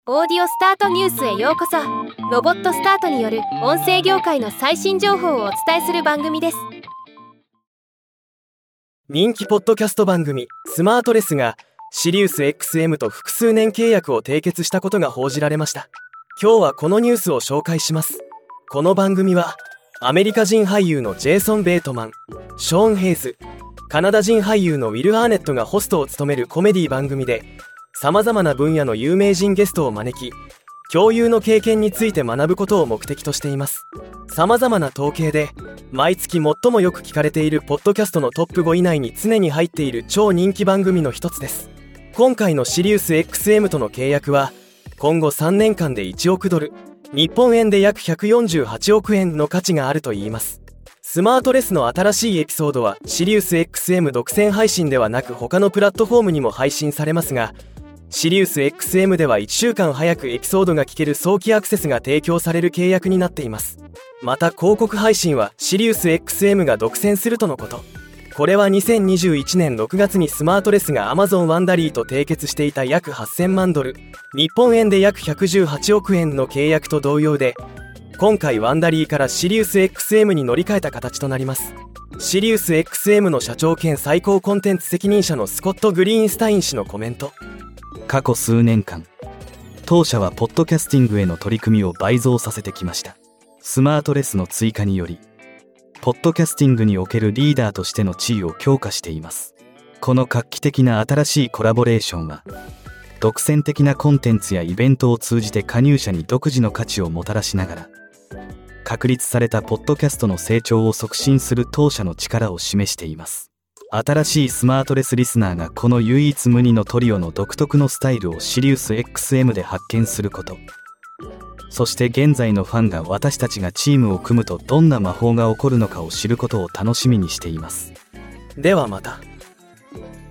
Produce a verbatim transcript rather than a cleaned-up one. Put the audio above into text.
オーディオスタートニュースへようこそ。ロボットスタートによる音声業界の最新情報をお伝えする番組です。 人気ポッドキャスト番組スマートレスがシリウス エックスエム と複数年契約を締結したことが報じられました。今日はこのニュースを紹介します。この番組はアメリカ人俳優のジェイソン・ベイトマン、ショーン・ヘイズ、カナダ人俳優のウィル・アーネットがホストを務めるコメディ番組で、様々な分野の有名人ゲストを招き、共有の経験について学ぶことを目的としています。様々な統計で毎月最もよく聞かれているポッドキャストのトップご以内に常に入っている超人気番組の一つです。今回のシリウス エックスエム との契約は今後さんねんかんでいちおくドル、日本円で約ひゃくよんじゅうはちおくえんの価値があるといいます。スマートレスの新しいエピソードはシリウス エックスエム 独占配信ではなく他のプラットフォームにも配信されますが、シリウス エックスエム ではいっしゅうかん早くエピソードが聞ける早期アクセスが提供される契約になっています。また広告配信はシリウス エックスエム が独占するとのこと。これはにせんにじゅういちねんろくがつにスマートレスが Amazon ワンダリーと締結していた約はっせんまんドル、日本円で約ひゃくじゅうはちおくえんの契約と同様で、今回ワンダリーからシリウス エックスエム に乗り換えた形となります。シリウス エックスエム の社長兼最高コンテンツ責任者のスコット・グリーンスタイン氏のコメント。 過去数年間、当社はポッドキャスティングへの取り組みを倍増させてきました。スマートレスの追加により、ポッドキャスティングにおけるリーダーとしての地位を強化しています。この画期的な新しいコラボレーションは、独占的なコンテンツやイベントを通じて加入者に独自の価値をもたらしながら、確立されたポッドキャストの成長を促進する当社の力を示しています。新しいスマートレスリスナーがこの唯一無二のトリオの独特のスタイルをシリウス エックスエム で発見すること、そして現在のファンが私たちがチームを組むとどんな魔法が起こるのかを知ることを楽しみにしています。 ではまた。